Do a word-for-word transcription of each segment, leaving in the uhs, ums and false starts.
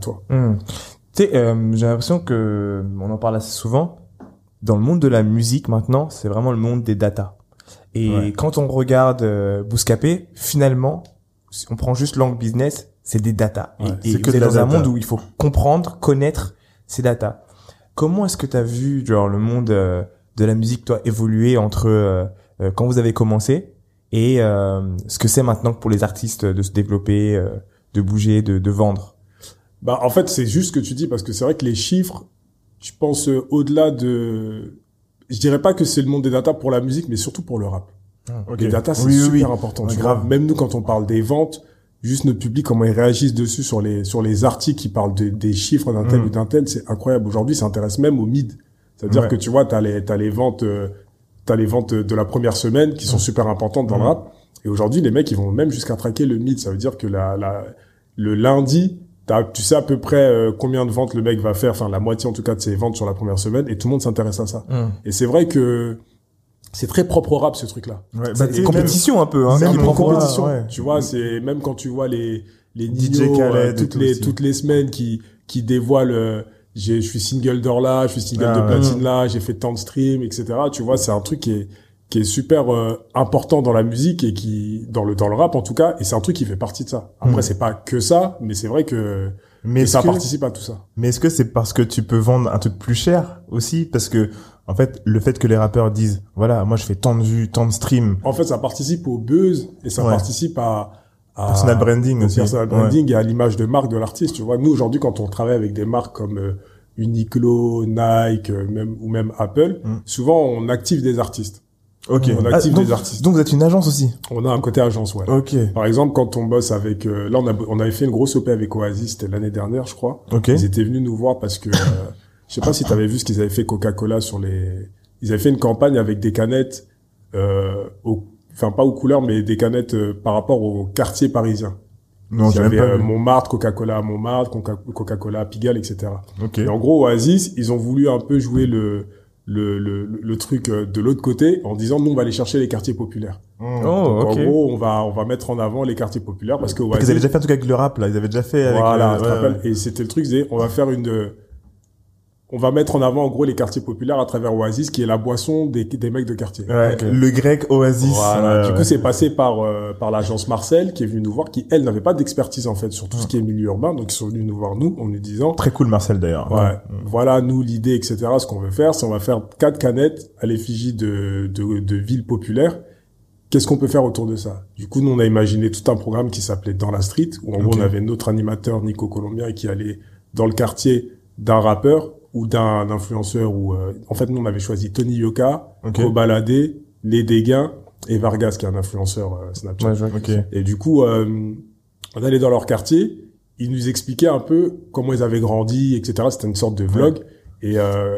toi. Mmh. Tu sais, euh, j'ai l'impression que on en parle assez souvent. Dans le monde de la musique maintenant, c'est vraiment le monde des data. Et ouais. quand on regarde euh, Bouscapé, finalement, si on prend juste l'angle business, c'est des data. Ouais, et, et que vous êtes dans data. Un monde où il faut comprendre, connaître ces data. Comment est-ce que tu as vu genre le monde euh, de la musique toi évoluer entre euh, euh, quand vous avez commencé et euh, ce que c'est maintenant pour les artistes de se développer, euh, de bouger, de, de vendre? Bah en fait c'est juste ce que tu dis parce que c'est vrai que les chiffres, je pense euh, au-delà de, je dirais pas que c'est le monde des data pour la musique, mais surtout pour le rap. Ah, okay. Les data c'est oui, super oui. important. Ouais, tu grave. Vois, même nous quand on parle des ventes. Juste notre public, comment ils réagissent dessus sur les sur les articles qui parlent de, des chiffres d'un tel mmh. ou d'un tel, c'est incroyable. Aujourd'hui, ça intéresse même aux mid. C'est-à-dire ouais. que tu vois, t'as les t'as les ventes euh, t'as les ventes de la première semaine qui sont mmh. super importantes dans mmh. le rap. Et aujourd'hui, les mecs, ils vont même jusqu'à traquer le mid. Ça veut dire que la la le lundi, t'as tu sais à peu près euh, combien de ventes le mec va faire, enfin la moitié en tout cas de ses ventes sur la première semaine, et tout le monde s'intéresse à ça. Mmh. Et c'est vrai que c'est très propre au rap, ce truc-là. Ouais, bah, c'est compétition même, un peu, hein. Même en compétition. Ouais. Tu vois, c'est, même quand tu vois les, les D J Nino, Khaled euh, toutes les, aussi. toutes les semaines qui, qui dévoilent, euh, j'ai, je suis single d'or là, je suis single ah, de platine ouais. là, j'ai fait tant de streams, et cetera. Tu vois, c'est un truc qui est, qui est super, euh, important dans la musique et qui, dans le, dans le rap en tout cas, et c'est un truc qui fait partie de ça. Après, mmh. c'est pas que ça, mais c'est vrai que, mais ça que, participe à tout ça. Mais est-ce que c'est parce que tu peux vendre un truc plus cher aussi? Parce que, en fait, le fait que les rappeurs disent, voilà, moi je fais tant de vues, tant de streams. En fait, ça participe au buzz et ça ouais. participe à, à personal branding aussi. Personal branding ouais. et à l'image de marque de l'artiste. Tu vois, nous aujourd'hui, quand on travaille avec des marques comme euh, Uniqlo, Nike, euh, même ou même Apple, mm. souvent on active des artistes. Ok. On active ah, donc, des artistes. Donc vous êtes une agence aussi. On a un côté agence, ouais. Ok. Par exemple, quand on bosse avec, euh, là on a, on avait fait une grosse O P avec Oasis, c'était l'année dernière, je crois. Ok. Ils étaient venus nous voir parce que, euh, je sais pas si t'avais vu ce qu'ils avaient fait Coca-Cola sur les. Ils avaient fait une campagne avec des canettes, euh, au, enfin pas aux couleurs, mais des canettes euh, par rapport au quartier parisien. Non, il y avait pas euh, vu. Montmartre, Coca-Cola à Montmartre, Coca- Coca-Cola à Pigalle, et cetera. Okay. Et en gros, Oasis, ils ont voulu un peu jouer le le le, le truc de l'autre côté en disant nous on va aller chercher les quartiers populaires. Oh, Donc okay. en gros, on va on va mettre en avant les quartiers populaires parce que Oasis. Parce qu'ils avaient déjà fait un truc avec le rap là, ils avaient déjà fait avec. Voilà, le... je ouais, te rappelle. ouais. Et c'était le truc, c'est on va faire une on va mettre en avant en gros les quartiers populaires à travers Oasis qui est la boisson des des mecs de quartier. Ouais, okay. Le grec Oasis. Voilà. Ouais, du ouais. coup, c'est passé par euh, par l'agence Marcel qui est venue nous voir, qui elle n'avait pas d'expertise en fait sur tout ouais. ce qui est milieu urbain, donc ils sont venus nous voir nous en nous disant très cool Marcel d'ailleurs. Ouais. ouais. Voilà nous l'idée et cetera. Ce qu'on veut faire, c'est on va faire quatre canettes à l'effigie de de de villes populaires. Qu'est-ce qu'on peut faire autour de ça? Du coup, nous on a imaginé tout un programme qui s'appelait Dans la Street où en okay. gros on avait notre animateur Nico Colombien qui allait dans le quartier d'un rappeur ou d'un influenceur ou euh, en fait nous on avait choisi Tony Yoka, okay. Kobalade, Les Dégâts et Vargas qui est un influenceur euh, Snapchat. Ouais, je vois, okay. Et du coup euh, on allait dans leur quartier, ils nous expliquaient un peu comment ils avaient grandi, et cetera. C'était une sorte de vlog ouais. et euh,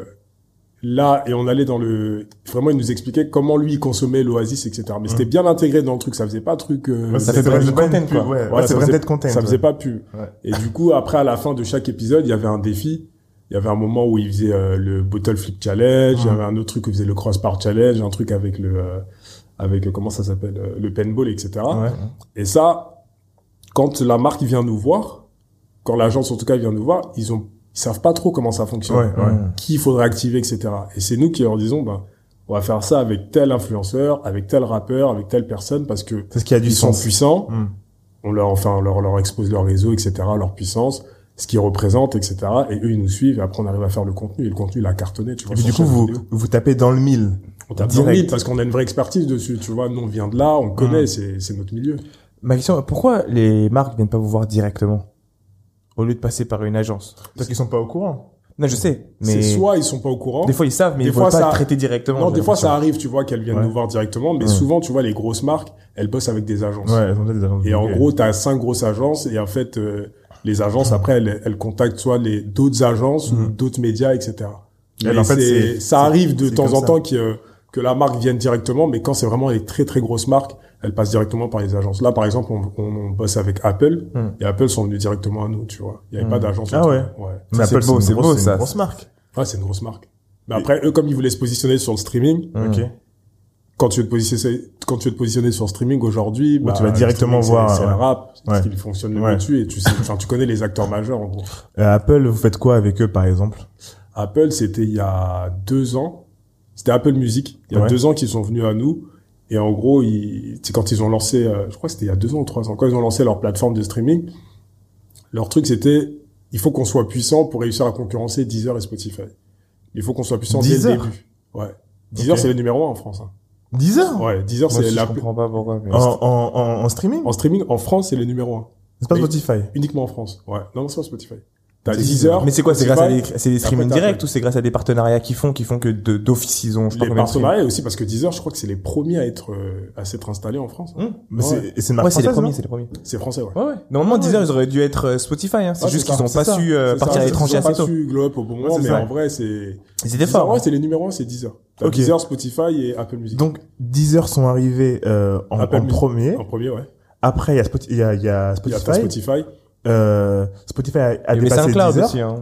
là et on allait dans le vraiment il nous expliquait comment lui il consommait l'Oasis, et cetera. Mais mmh. c'était bien intégré dans le truc, ça faisait pas truc euh, ouais, ça fait branded content quoi. Ouais, ouais, ouais, ça faisait content, ça ouais. faisait pas pu. Ouais. Et du coup après à la fin de chaque épisode il y avait un défi. Il y avait un moment où il faisait euh, le bottle flip challenge, mmh. il y avait un autre truc où il faisait le crossbar challenge, un truc avec le euh, avec comment ça s'appelle euh, le paintball, et cetera. Ouais. Et ça, quand la marque vient nous voir, quand l'agence en tout cas vient nous voir, ils ont ils savent pas trop comment ça fonctionne, ouais, ouais. qui il faudrait activer, et cetera. Et c'est nous qui leur disons bah on va faire ça avec tel influenceur, avec tel rappeur, avec telle personne parce que parce qu'il y a du ils sens. sont puissants. Mmh. On leur enfin on leur on leur expose leur réseau, et cetera. Leur puissance. Ce qu'ils représentent, et cetera. Et eux, ils nous suivent, et après, on arrive à faire le contenu, et le contenu, il a cartonné, tu vois. Et puis, du coup, vous, vous tapez dans le mille. On tape direct. Dans le mille, parce qu'on a une vraie expertise dessus, tu vois. Nous, on vient de là, on connaît, mmh. c'est, c'est notre milieu. Ma question, pourquoi les marques viennent pas vous voir directement? Au lieu de passer par une agence? Parce qu'ils sont pas au courant. Non, je sais, mais. C'est soit ils sont pas au courant. Des fois, ils savent, mais des ils veulent pas ça... traiter directement. Non, des fois, ça arrive, tu vois, qu'elles viennent ouais. nous voir directement, mais ouais. souvent, tu vois, les grosses marques, elles bossent avec des agences. Ouais, elles ont des agences. Et en gros, t'as cinq grosses agences, et en fait, euh, les agences, après, elles, elles contactent soit les d'autres agences mmh. ou d'autres médias, et cetera. Mais en fait, c'est, ça c'est, arrive de temps en ça. temps que, que la marque vienne directement, mais quand c'est vraiment les très très grosses marques, elles passent directement par les agences. Là, par exemple, on, on, on bosse avec Apple, mmh. et Apple sont venus directement à nous, tu vois. Il y avait mmh. pas d'agence. Ah ouais. ouais. Mais Apple, c'est beau, c'est beau, c'est ça. une grosse marque. Ouais, c'est une grosse marque. Mais après, eux, comme ils voulaient se positionner sur le streaming, ok. quand tu veux te positionner, quand tu veux te positionner sur streaming aujourd'hui, bah, tu vas directement voir. C'est, c'est ouais. le rap, ouais. ce qui fonctionne le mieux ouais. dessus, et tu sais, enfin, tu connais les acteurs majeurs, en gros. Euh, Apple, vous faites quoi avec eux, par exemple? Apple, c'était il y a deux ans. C'était Apple Music. Il y a ouais. deux ans qu'ils sont venus à nous. Et en gros, ils, c'est quand ils ont lancé, euh, je crois que c'était il y a deux ans ou trois ans, quand ils ont lancé leur plateforme de streaming, leur truc c'était, il faut qu'on soit puissant pour réussir à concurrencer Deezer et Spotify. Il faut qu'on soit puissant Deezer. Dès le début. Ouais. Deezer, okay. c'est le numéro un en France. Hein. Deezer? Ouais, Deezer, Moi, c'est je la... Je comprends pas pourquoi. Mais... En, en, en, en streaming? En streaming, en France, c'est le numéro un. C'est pas Spotify? Uniquement en France. Ouais. Non, c'est pas Spotify. T'as Deezer. Mais c'est quoi? C'est grâce à des, c'est des streaming directs ou c'est grâce à des partenariats qui font, qui font que de, d'office ils ont, je sais pas combien de partenariats aussi parce que Deezer, je crois que c'est les premiers à être, euh, à s'être installés en France. Mmh. Mais ouais. c'est, c'est une marque ouais, c'est les premiers, c'est les premiers. C'est français, ouais. Ouais, ouais. Normalement, Deezer, ils auraient dû être Spotify, hein. C'est ah, juste c'est qu'ils ont pas ça. su, euh, partir à l'étranger assez tôt. Ils ont pas su glow up au bon moment, mais en vrai, c'est, ils étaient forts. Ouais, c'est les numéros un, c'est Deezer. Okay. Deezer, Spotify et Apple Music. Donc, Deezer sont arrivés, euh, en, en premier. En premier, ouais. Après, il y a Spotify, il y a, il y a Spotify. Il y a Spotify. Euh, Spotify a, a dépassé Deezer. Aussi, hein.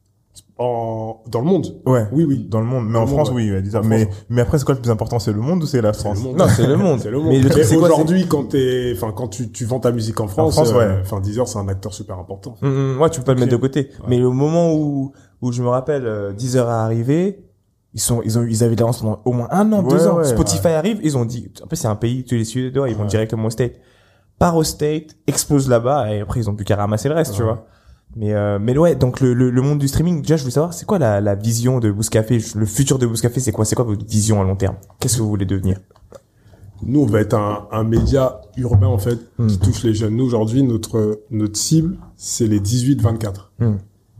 En, dans le monde. Ouais. Oui, oui. Dans le monde. Mais dans en France, monde, ouais. oui, Deezer. Mais, France. mais après, c'est quoi le plus important? C'est le monde ou c'est la France? C'est le monde. Non, c'est le monde. c'est le monde. Mais le truc, c'est aujourd'hui, quand t'es, enfin, quand tu, tu vends ta musique en France, en France, euh, ouais. enfin, Deezer, c'est un acteur super important. Mmh, mmh, ouais, tu peux pas okay. le mettre de côté. Ouais. Mais au moment où, où je me rappelle, euh, Deezer est arrivé, ils sont, ils ont, ils avaient l'avance pendant au moins un an, ouais, deux ans. Ouais, Spotify ouais. arrive, ils ont dit, en plus, c'est un pays, tu les suis dehors, ils vont ouais. directement au State. Part au State, explose là-bas, et après, ils ont plus qu'à ramasser le reste, ouais. tu vois. Mais euh, mais ouais, donc le, le le monde du streaming, déjà je voulais savoir c'est quoi la la vision de Bouscapé, le futur de Bouscapé, c'est quoi c'est quoi votre vision à long terme? Qu'est-ce que vous voulez devenir? Nous on va être un un média urbain en fait mm. qui touche les jeunes. Nous aujourd'hui notre notre cible, c'est les dix-huit vingt-quatre. Mm.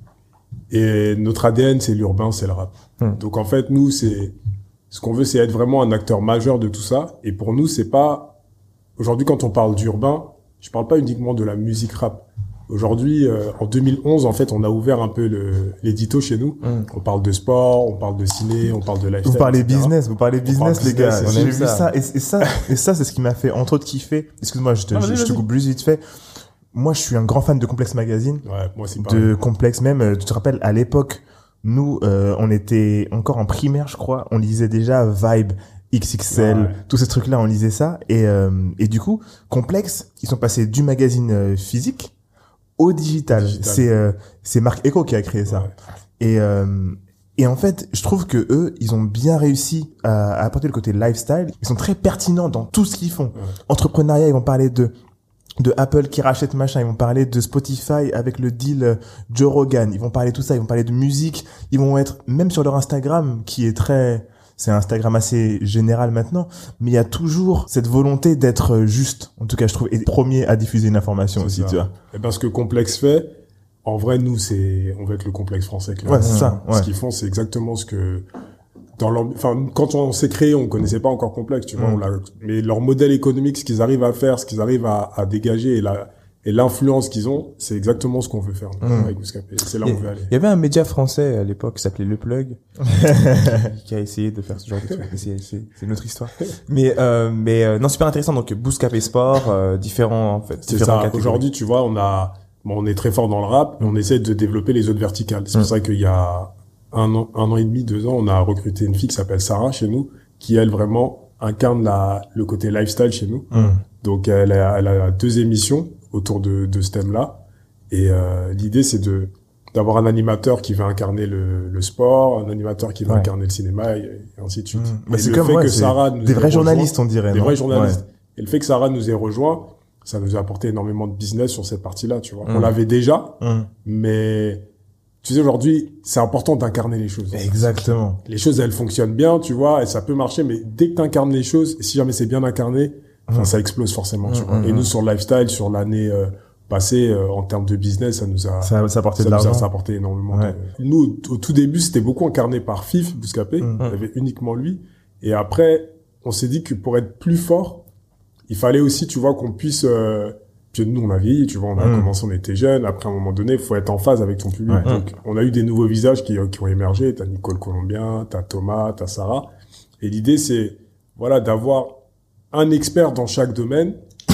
Et notre A D N c'est l'urbain, c'est le rap. Mm. Donc en fait, nous c'est ce qu'on veut c'est être vraiment un acteur majeur de tout ça et pour nous c'est pas aujourd'hui quand on parle d'urbain, je parle pas uniquement de la musique rap. Aujourd'hui, euh, en deux mille onze, en fait, on a ouvert un peu le, l'édito chez nous. Mm. On parle de sport, on parle de ciné, on parle de lifestyle. Vous parlez et cetera. business, vous parlez business, parle les business, gars. J'ai vu ça. Et, et ça, et ça, c'est ce qui m'a fait, entre autres, kiffer. Excuse-moi, je te, ah, je, je te coupe plus vite fait. Moi, je suis un grand fan de Complex Magazine. Ouais, moi aussi. De Complex même. Tu te rappelles, à l'époque, nous, euh, on était encore en primaire, je crois. On lisait déjà Vibe, X X L, ouais. tous ces trucs-là, on lisait ça. Et, euh, et du coup, Complex, ils sont passés du magazine euh, physique au digital. digital. C'est euh, c'est Marc Ecko qui a créé ça. Ouais. Et euh, et en fait, je trouve que eux, ils ont bien réussi à, à apporter le côté lifestyle. Ils sont très pertinents dans tout ce qu'ils font. Ouais. Entrepreneuriat, ils vont parler de de Apple qui rachète machin, ils vont parler de Spotify avec le deal euh, Joe Rogan, ils vont parler de tout ça, ils vont parler de musique, ils vont être même sur leur Instagram qui est très c'est un Instagram assez général maintenant, mais il y a toujours cette volonté d'être juste, en tout cas je trouve, et premier à diffuser une information c'est aussi, ça. Tu vois. Et parce que Complex fait, en vrai nous c'est, on va être le Complexe français. Clairement. Ouais, c'est ça. Ouais. Ce qu'ils font, c'est exactement ce que dans leur, enfin quand on s'est créé, on connaissait pas encore Complex, tu vois. Mm. On l'a, mais leur modèle économique, ce qu'ils arrivent à faire, ce qu'ils arrivent à, à dégager, et la et l'influence qu'ils ont, c'est exactement ce qu'on veut faire mmh. avec Bouscapé. C'est là où on veut aller. Il y avait un média français à l'époque qui s'appelait Le Plug, qui a essayé de faire ce genre de truc. C'est, c'est, c'est une autre histoire. Mais euh, mais euh, non, super intéressant. Donc Bouscapé Sport, euh, différents en fait. C'est ça. Catégories. Aujourd'hui, tu vois, on a, bon, on est très fort dans le rap, mais on essaie de développer les autres verticales. C'est mmh. pour ça qu'il y a un an, un an et demi, deux ans, on a recruté une fille qui s'appelle Sarah chez nous, qui elle vraiment incarne la le côté lifestyle chez nous. Mmh. Donc elle a, elle a deux émissions autour de, de ce thème-là. Et euh, l'idée, c'est de d'avoir un animateur qui va incarner le, le sport, un animateur qui va ouais. incarner le cinéma, et, et ainsi de suite. Mmh. Mais c'est comme ouais, que Sarah nous des vrais rejoint, journalistes, on dirait. Des non vrais journalistes. Ouais. Et le fait que Sarah nous ait rejoint, ça nous a apporté énormément de business sur cette partie-là, tu vois. Mmh. On l'avait déjà, mmh. mais tu sais, aujourd'hui, c'est important d'incarner les choses. Exactement. Les choses, elles fonctionnent bien, tu vois, et ça peut marcher, mais dès que tu incarnes les choses, et si jamais c'est bien incarné, enfin, mmh. ça explose forcément, tu mmh, vois. Mmh. Et nous, sur le lifestyle, sur l'année euh, passée, euh, en termes de business, ça nous a... Ça, ça a apporté ça de l'argent. Ça a apporté énormément. Ouais. De... Nous, au, au tout début, c'était beaucoup incarné par Fif, Bouscapé. Mmh. Il y avait uniquement lui. Et après, on s'est dit que pour être plus fort, il fallait aussi, tu vois, qu'on puisse... Euh... Puis nous, on a vieilli, tu vois, on a mmh. commencé, on était jeunes. Après, à un moment donné, il faut être en phase avec ton public. Ouais. Donc, on a eu des nouveaux visages qui, qui ont émergé. T'as Nicole Colombien, t'as Thomas, t'as Sarah. Et l'idée, c'est, voilà, d'avoir un expert dans chaque domaine,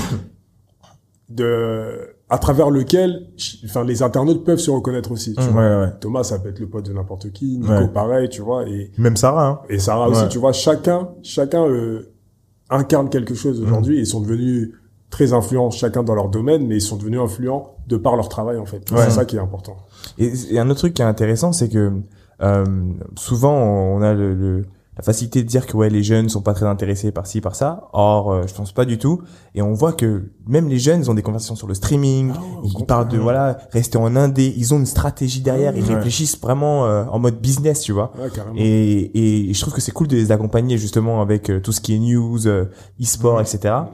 de, à travers lequel, enfin, les internautes peuvent se reconnaître aussi, tu mmh, vois. Ouais, ouais. Thomas, ça peut être le pote de n'importe qui. Nico, ouais. pareil, tu vois. Et même Sarah, hein. Et Sarah aussi, ouais. tu vois. Chacun, chacun, euh, incarnent quelque chose aujourd'hui mmh. et ils sont devenus très influents chacun dans leur domaine, mais ils sont devenus influents de par leur travail en fait. Ouais. C'est ça qui est important. Et, et un autre truc qui est intéressant, c'est que euh, souvent on a le, le la facilité de dire que ouais les jeunes sont pas très intéressés par ci par ça. Or euh, je pense pas du tout. Et on voit que même les jeunes ils ont des conversations sur le streaming. Ah, ils comprend. parlent de voilà rester en indé. Ils ont une stratégie derrière. Ils ouais. réfléchissent vraiment euh, en mode business, tu vois. Ouais, carrément. Et, et je trouve que c'est cool de les accompagner justement avec euh, tout ce qui est news, euh, e-sport, ouais. et cetera.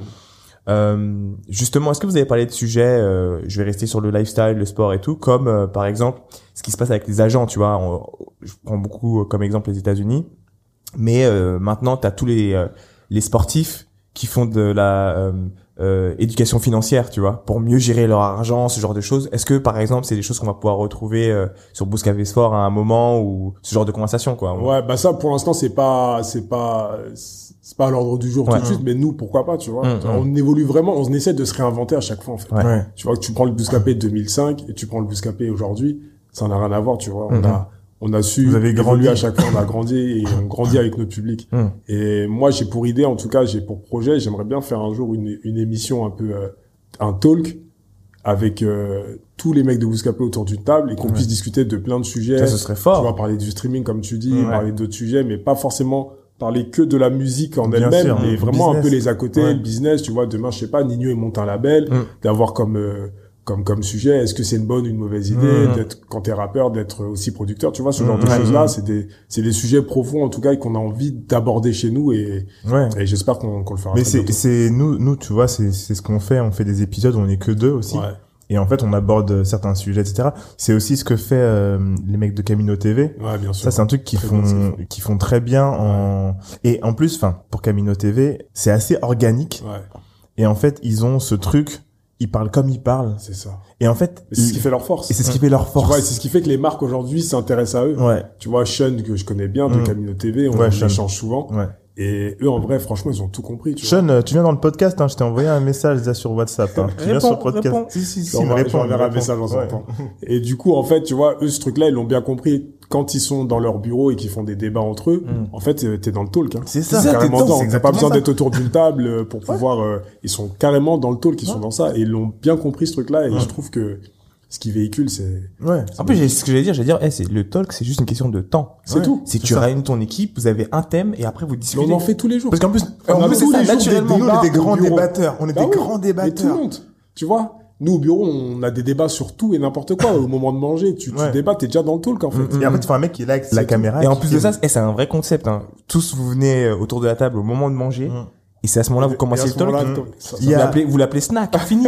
Euh, justement, est-ce que vous avez parlé de sujets, euh, je vais rester sur le lifestyle, le sport et tout, comme euh, par exemple ce qui se passe avec les agents, tu vois. On, je prends beaucoup comme exemple les États-Unis. Mais euh, maintenant, tu as tous les euh, les sportifs qui font de la euh, euh, éducation financière, tu vois, pour mieux gérer leur argent, ce genre de choses. Est-ce que, par exemple, c'est des choses qu'on va pouvoir retrouver euh, sur Bouscapé Sport à un moment ou ce genre de conversation, quoi? Ouais, bah ça, pour l'instant, c'est pas, c'est pas, c'est pas à l'ordre du jour ouais. tout de suite, mais nous, pourquoi pas, tu vois? Mmh, on mmh. évolue vraiment, on essaie de se réinventer à chaque fois, en fait. Ouais. Tu vois, que tu prends le Bouscapé de deux mille cinq et tu prends le Bouscapé aujourd'hui, ça n'a rien à voir, tu vois. On mmh. a On a su évoluer à chaque fois, on a grandi et on grandit avec notre public. Mmh. Et moi, j'ai pour idée, en tout cas, j'ai pour projet, j'aimerais bien faire un jour une, une émission un peu, euh, un talk avec euh, tous les mecs de Bouscapé autour d'une table et qu'on ouais. puisse discuter de plein de sujets. Ça, ce serait fort. Tu vas parler du streaming, comme tu dis, ouais. parler d'autres sujets, mais pas forcément parler que de la musique en bien elle-même, sûr, mais vraiment business. Un peu les à côté, ouais. le business. Tu vois, demain, je sais pas, Nino, il monte un label, mmh. d'avoir comme... Euh, comme comme sujet, est-ce que c'est une bonne ou une mauvaise idée mmh. d'être quand t'es rappeur d'être aussi producteur, tu vois, ce genre mmh. de choses là, c'est des c'est des sujets profonds en tout cas et qu'on a envie d'aborder chez nous et ouais. et j'espère qu'on qu'on le fera. Mais c'est c'est nous nous tu vois, c'est c'est ce qu'on fait, on fait des épisodes où on est que deux aussi. Ouais. Et en fait, on aborde certains sujets, et cetera. C'est aussi ce que fait euh, les mecs de Camino T V. Ouais, bien sûr. Ça, c'est un truc qu'ils font, qu'ils font très bien en. Ouais. Et en plus, enfin, pour Camino T V, c'est assez organique. Ouais. Et en fait, ils ont ce truc. Ils parlent comme ils parlent. C'est ça. Et en fait, c'est ce qui fait leur force. Et c'est ce qui fait leur force. Tu vois, c'est ce qui fait que les marques aujourd'hui s'intéressent à eux. Ouais. Tu vois, Sean, que je connais bien, de mmh. Camino T V, on ouais, échange souvent. Ouais. Et eux, en vrai, franchement, ils ont tout compris. Tu Sean, vois. tu viens dans le podcast, hein, je t'ai envoyé un message là sur WhatsApp. Hein. Tu viens sur le podcast. Réponds. Si, si, si. On répond, on verra un message en ouais. temps. Et du coup, en fait, tu vois, eux, ce truc-là, ils l'ont bien compris. Quand ils sont dans leur bureau et qu'ils font des débats entre eux, mm. en fait, t'es dans le talk. Hein. C'est ça. C'est carrément dans. T'as pas besoin ça. d'être autour d'une table pour pouvoir. Ouais. Euh, ils sont carrément dans le talk. Ils ouais. sont dans ça et ils l'ont bien compris ce truc-là. Et ouais. je trouve que ce qu'ils véhiculent, c'est. Ouais. En plus, ce que j'allais dire, j'allais dire, hey, c'est le talk, c'est juste une question de temps. C'est ouais. tout. Si tu réunis ton équipe, vous avez un thème et après vous discutez. Mais on en fait tous les jours. Parce qu'en plus, on en plus, c'est naturellement. Nous, on est des grands débatteurs. On est des grands débatteurs. Tout le monde. Tu vois. Nous, au bureau, on a des débats sur tout et n'importe quoi. Au moment de manger, tu, ouais. tu débats, t'es déjà dans le talk, en fait. Et après, tu fais un mec qui est là avec la caméra. Et en plus de ça, c'est un vrai concept, hein. Tous, vous venez autour de la table au moment de manger. Mm. Et c'est à ce moment-là vous commencez le talk. Mmh. Ça, ça vous l'appelez, vous l'appelez snack. Fini.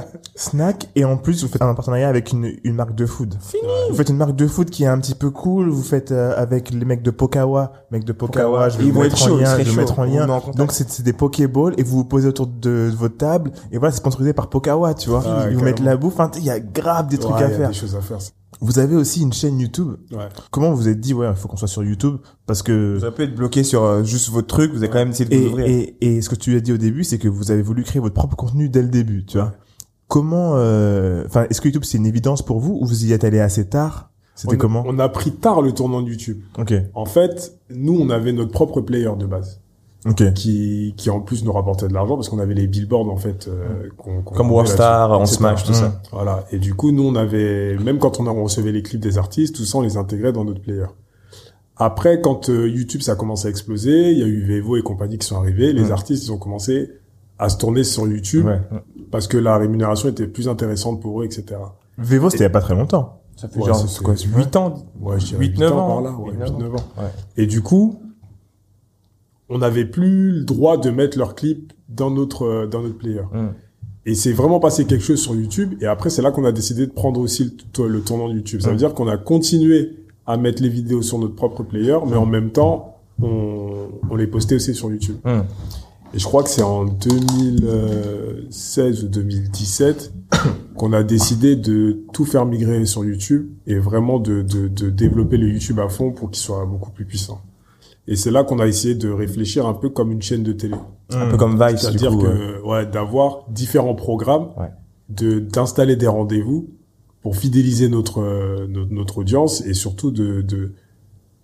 Snack. Et en plus, vous faites un partenariat avec une, une marque de food. Fini. Vous faites une marque de food qui est un petit peu cool. Vous faites euh, avec les mecs de Pokawa. Mecs de Pokawa. Pokawa. Je vais vous mettre en lien. Je vais vous mettre en lien. Donc, c'est, c'est des Pokéballs et vous vous posez autour de, de votre table. Et voilà, c'est sponsorisé par Pokawa, tu vois. Ah, ils vous mettent la bouffe. Enfin, il y a grave des trucs ouais, à faire. Il y a des choses à faire. Vous avez aussi une chaîne YouTube. Ouais. Comment vous vous êtes dit, ouais, il faut qu'on soit sur YouTube parce que... Ça peut être bloqué sur euh, juste votre truc, vous avez ouais. quand même essayé de vous et, ouvrir. Et, et ce que tu as dit au début, c'est que vous avez voulu créer votre propre contenu dès le début, tu ouais. vois. Comment... Enfin, euh, est-ce que YouTube, c'est une évidence pour vous ou vous y êtes allé assez tard? C'était on, comment? On a pris tard le tournant de YouTube. Ok. En fait, nous, on avait notre propre player de base. Okay. qui qui en plus nous rapportait de l'argent parce qu'on avait les billboards en fait euh, qu'on, qu'on comme Warstar, on Smash, tout mmh. ça. Voilà. Et du coup, nous on avait même quand on, a, on recevait les clips des artistes, tout ça on les intégrait dans notre player. Après, quand euh, YouTube ça a commencé à exploser, il y a eu Vevo et compagnie qui sont arrivés, les mmh. artistes ils ont commencé à se tourner sur YouTube ouais. parce que la rémunération était plus intéressante pour eux, et cetera. Vevo c'était il y a pas très longtemps. Ça fait ouais, genre c'est quoi, huit ans, ouais, je dirais huit neuf ans par là, ouais, huit neuf ans. Ouais. Et du coup, on n'avait plus le droit de mettre leurs clips dans notre dans notre player. Mm. Et c'est vraiment passé quelque chose sur YouTube. Et après, c'est là qu'on a décidé de prendre aussi le, le tournant de YouTube. Ça mm. veut dire qu'on a continué à mettre les vidéos sur notre propre player, mais mm. en même temps, on, on les postait aussi sur YouTube. Mm. Et je crois que c'est en deux mille seize ou deux mille dix-sept qu'on a décidé de tout faire migrer sur YouTube et vraiment de, de, de développer le YouTube à fond pour qu'il soit beaucoup plus puissant. Et c'est là qu'on a essayé de réfléchir un peu comme une chaîne de télé. Un mmh. peu comme Vice, c'est-à-dire du coup, que, ouais, ouais d'avoir différents programmes, ouais. de, d'installer des rendez-vous pour fidéliser notre, euh, notre, notre audience et surtout de, de,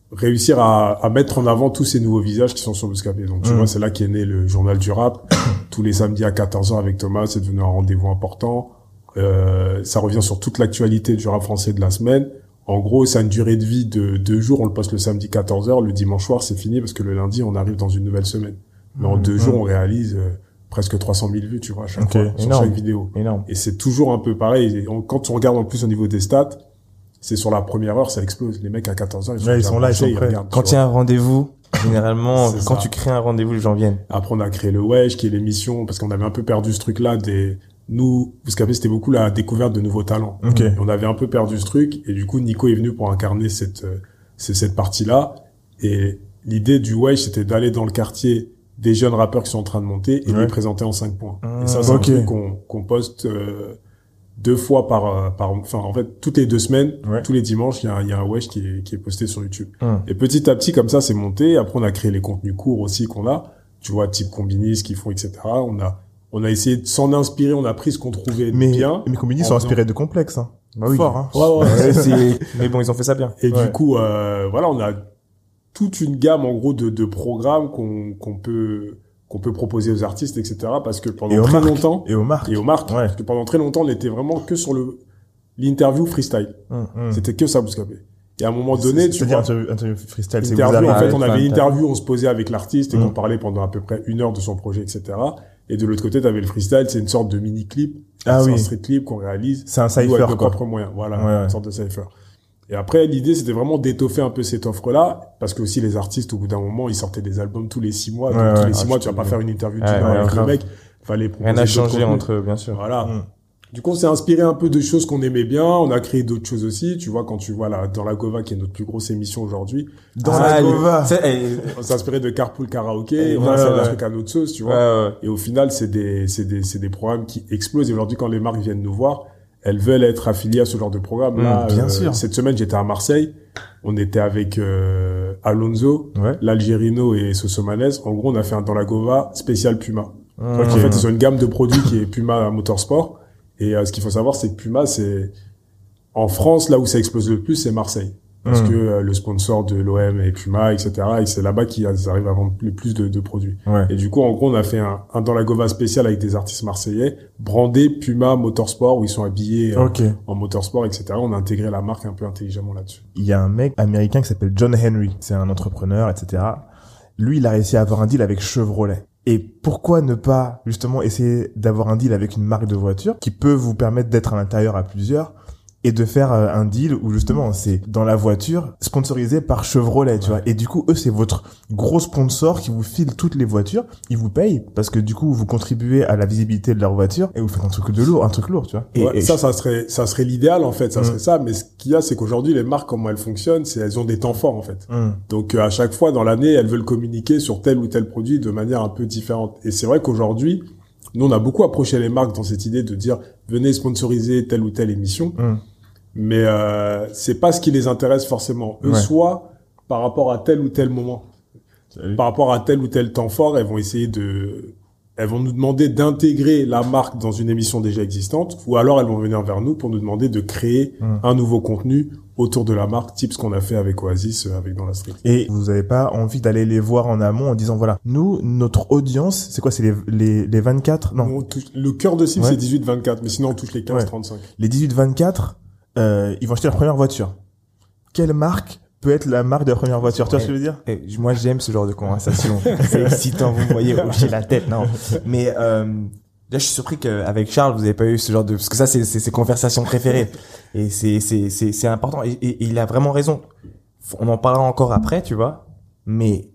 réussir à, à mettre en avant tous ces nouveaux visages qui sont sur Bouscapé. Donc, tu mmh. vois, c'est là qu'est né le journal du rap. Tous les samedis à quatorze heures avec Thomas, c'est devenu un rendez-vous important. Euh, ça revient sur toute l'actualité du rap français de la semaine. En gros, ça a une durée de vie de deux jours. On le poste le samedi quatorze heures. Le dimanche soir, c'est fini parce que le lundi, on arrive dans une nouvelle semaine. Mais en mmh. deux mmh. jours, on réalise euh, presque trois cent mille vues, tu vois, à chaque okay. fois, sur Énorme. chaque vidéo. Énorme. Et c'est toujours un peu pareil. Et on, quand on regarde en plus au niveau des stats, c'est sur la première heure, ça explose. Les mecs à quatorze heures, ils sont, ouais, ils sont là, ils sont prêts. Quand il y a un rendez-vous, généralement, quand ça. tu crées un rendez-vous, les gens viennent. Après, on a créé le Wesh, qui est l'émission, parce qu'on avait un peu perdu ce truc-là des, nous, Bouscapé, c'était beaucoup la découverte de nouveaux talents. Okay. Et on avait un peu perdu ce truc, et du coup, Nico est venu pour incarner cette, euh, cette partie-là. Et l'idée du Wesh, c'était d'aller dans le quartier des jeunes rappeurs qui sont en train de monter et ouais. les présenter en cinq points. Mmh, et ça, c'est okay. un truc qu'on, qu'on poste, euh, deux fois par, par, enfin, en fait, toutes les deux semaines, ouais. tous les dimanches, il y a, il y a un Wesh qui est, qui est posté sur YouTube. Hum. Et petit à petit, comme ça, c'est monté. Après, on a créé les contenus courts aussi qu'on a. Tu vois, type Combini, ce qu'ils font, et cetera. On a, on a essayé de s'en inspirer, on a pris ce qu'on trouvait mais, bien. Mais Combini sont inspirés de Complexe, hein. Bah oui. Fort, hein. Ouais, ouais, ouais. c'est... Mais bon, ils ont fait ça bien. Et ouais. du coup, euh, voilà, on a toute une gamme, en gros, de, de programmes qu'on, qu'on peut, qu'on peut proposer aux artistes, et cetera. Parce que pendant très marques. longtemps. Et aux marques. Et aux marques. Ouais. Parce que pendant très longtemps, on était vraiment que sur le, l'interview freestyle. Hum, hum. C'était que ça, Bouscapé. Et à un moment donné, c'est, tu c'est-à-dire vois. interview, interview freestyle, c'est interview, en fait, on avait une interview, on se posait avec l'artiste et hum. qu'on parlait pendant à peu près une heure de son projet, et cetera. Et de l'autre côté, t'avais le freestyle, c'est une sorte de mini-clip. Ah c'est oui. un street clip qu'on réalise. C'est un cypher, avec quoi. nos propres moyens. Voilà. Ouais, ouais. Une sorte de cypher. Et après, l'idée, c'était vraiment d'étoffer un peu cette offre-là, parce que aussi les artistes, au bout d'un moment, ils sortaient des albums tous les six mois. Ouais, donc, ouais, tous les ouais, six ah, mois, tu vas pas faire une interview d'une ouais, heure ouais, avec ouais, le mec. Fallait proposer rien n'a changé contenus. entre eux, bien sûr. Voilà. Hum. Du coup, on s'est inspiré un peu de choses qu'on aimait bien. On a créé d'autres choses aussi. Tu vois, quand tu vois là, dans la Gova, qui est notre plus grosse émission aujourd'hui. Dans ah, la Gova. On s'est inspiré de Carpool Karaoké. Et on ouais, a fait ouais. un truc à notre sauce, tu vois. Ouais, ouais. Et au final, c'est des, c'est des, c'est des programmes qui explosent. Et aujourd'hui, quand les marques viennent nous voir, elles veulent être affiliées à ce genre de programme. Mmh, là, bien euh, sûr. Cette semaine, j'étais à Marseille. On était avec, euh, Alonso, Ouais. l'Algérino et Sosomanes. En gros, on a fait un dans la Gova spécial Puma. Mmh. En fait, ils ont une gamme de produits qui est Puma Motorsport. Et euh, ce qu'il faut savoir, c'est que Puma, c'est en France, là où ça explose le plus, c'est Marseille, parce mmh. que euh, le sponsor de l'O M est Puma, et cetera. Et c'est là-bas qu'ils arrivent à vendre le plus de, de produits. Ouais. Et du coup, en gros, on a fait un, un dans la Gova spécial avec des artistes marseillais, brandé Puma Motorsport, où ils sont habillés euh, Okay. en motorsport, et cetera. On a intégré la marque un peu intelligemment là-dessus. Il y a un mec américain qui s'appelle John Henry. C'est un entrepreneur, et cetera. Lui, il a réussi à avoir un deal avec Chevrolet. Et pourquoi ne pas, justement, essayer d'avoir un deal avec une marque de voiture qui peut vous permettre d'être à l'intérieur à plusieurs et de faire euh, un deal où, justement, c'est dans la voiture sponsorisé par Chevrolet, tu ouais. vois. Et du coup, eux, c'est votre gros sponsor qui vous file toutes les voitures. Ils vous payent parce que, du coup, vous contribuez à la visibilité de leur voiture et vous faites un truc de lourd, un truc lourd, tu vois. Et, ouais, et ça, je... ça serait, ça serait l'idéal, en fait. Ça mmh. serait ça. Mais ce qu'il y a, c'est qu'aujourd'hui, les marques, comment elles fonctionnent, c'est elles ont des temps forts, en fait. Mmh. Donc, euh, à chaque fois, dans l'année, elles veulent communiquer sur tel ou tel produit de manière un peu différente. Et c'est vrai qu'aujourd'hui, nous, on a beaucoup approché les marques dans cette idée de dire, venez sponsoriser telle ou telle émission. Mmh. Mais euh, c'est pas ce qui les intéresse forcément. Eux, ouais. soit par rapport à tel ou tel moment, Salut. par rapport à tel ou tel temps fort, elles vont essayer de, elles vont nous demander d'intégrer la marque dans une émission déjà existante, ou alors elles vont venir vers nous pour nous demander de créer mmh. un nouveau contenu autour de la marque, type ce qu'on a fait avec Oasis, avec Dans la Street. Et vous avez pas envie d'aller les voir en amont en disant voilà, nous, notre audience, c'est quoi, c'est les les les vingt-quatre Non. On touche, le cœur de cible ouais. c'est dix-huit vingt-quatre, mais sinon on touche les quinze trente-cinq. Ouais. Les dix-huit vingt-quatre. Euh, ils vont acheter leur première voiture. Quelle marque peut être la marque de la première voiture? Tu vois ce que je veux dire? Et moi, j'aime ce genre de conversation. C'est excitant, vous me voyez hocher la tête, non. Mais euh, là, je suis surpris qu'avec Charles, vous n'avez pas eu ce genre de... Parce que ça, c'est ses conversations préférées. Et c'est c'est c'est c'est important. Et, et, et il a vraiment raison. On en parlera encore après, tu vois. Mais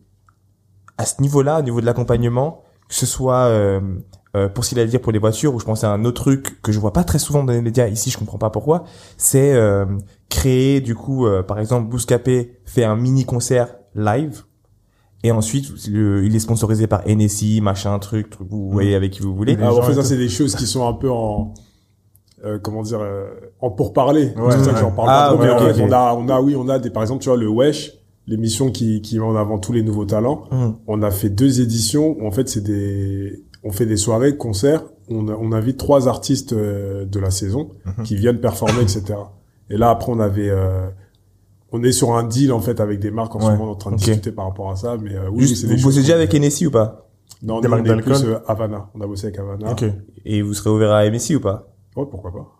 à ce niveau-là, au niveau de l'accompagnement, que ce soit... Euh, Euh, pour ce qu'il a à dire pour les voitures, ou je pense à un autre truc que je vois pas très souvent dans les médias ici, je comprends pas pourquoi, c'est euh, créer du coup, euh, par exemple, Bouscapé fait un mini concert live, et ensuite le, il est sponsorisé par N S I, machin, truc, truc vous mmh. voyez avec qui vous voulez. Ah, en fait, ça c'est des choses qui sont un peu en euh, comment dire, euh, en pourparler. Ouais, c'est ça ouais. que j'en parle ah, pas. Okay, mais en okay, fait, okay. on a, on a, oui, on a des, par exemple, tu vois, le Wesh, l'émission qui, qui met en avant tous les nouveaux talents. Mmh. On a fait deux éditions où en fait c'est des, on fait des soirées, concerts. On, on invite trois artistes euh, de la saison mmh. qui viennent performer, et cetera. Et là après on avait, euh, on est sur un deal en fait avec des marques en ouais. ce moment, en train de okay. discuter par rapport à ça. Mais euh, oui, Juste, c'est des vous bossez déjà avec Hennessy ou pas? Non, des marques d'alcool. Plus euh, Havana. On a bossé avec Havana. Okay. Et vous serez ouvert à M S I ou pas? Ouais, pourquoi pas.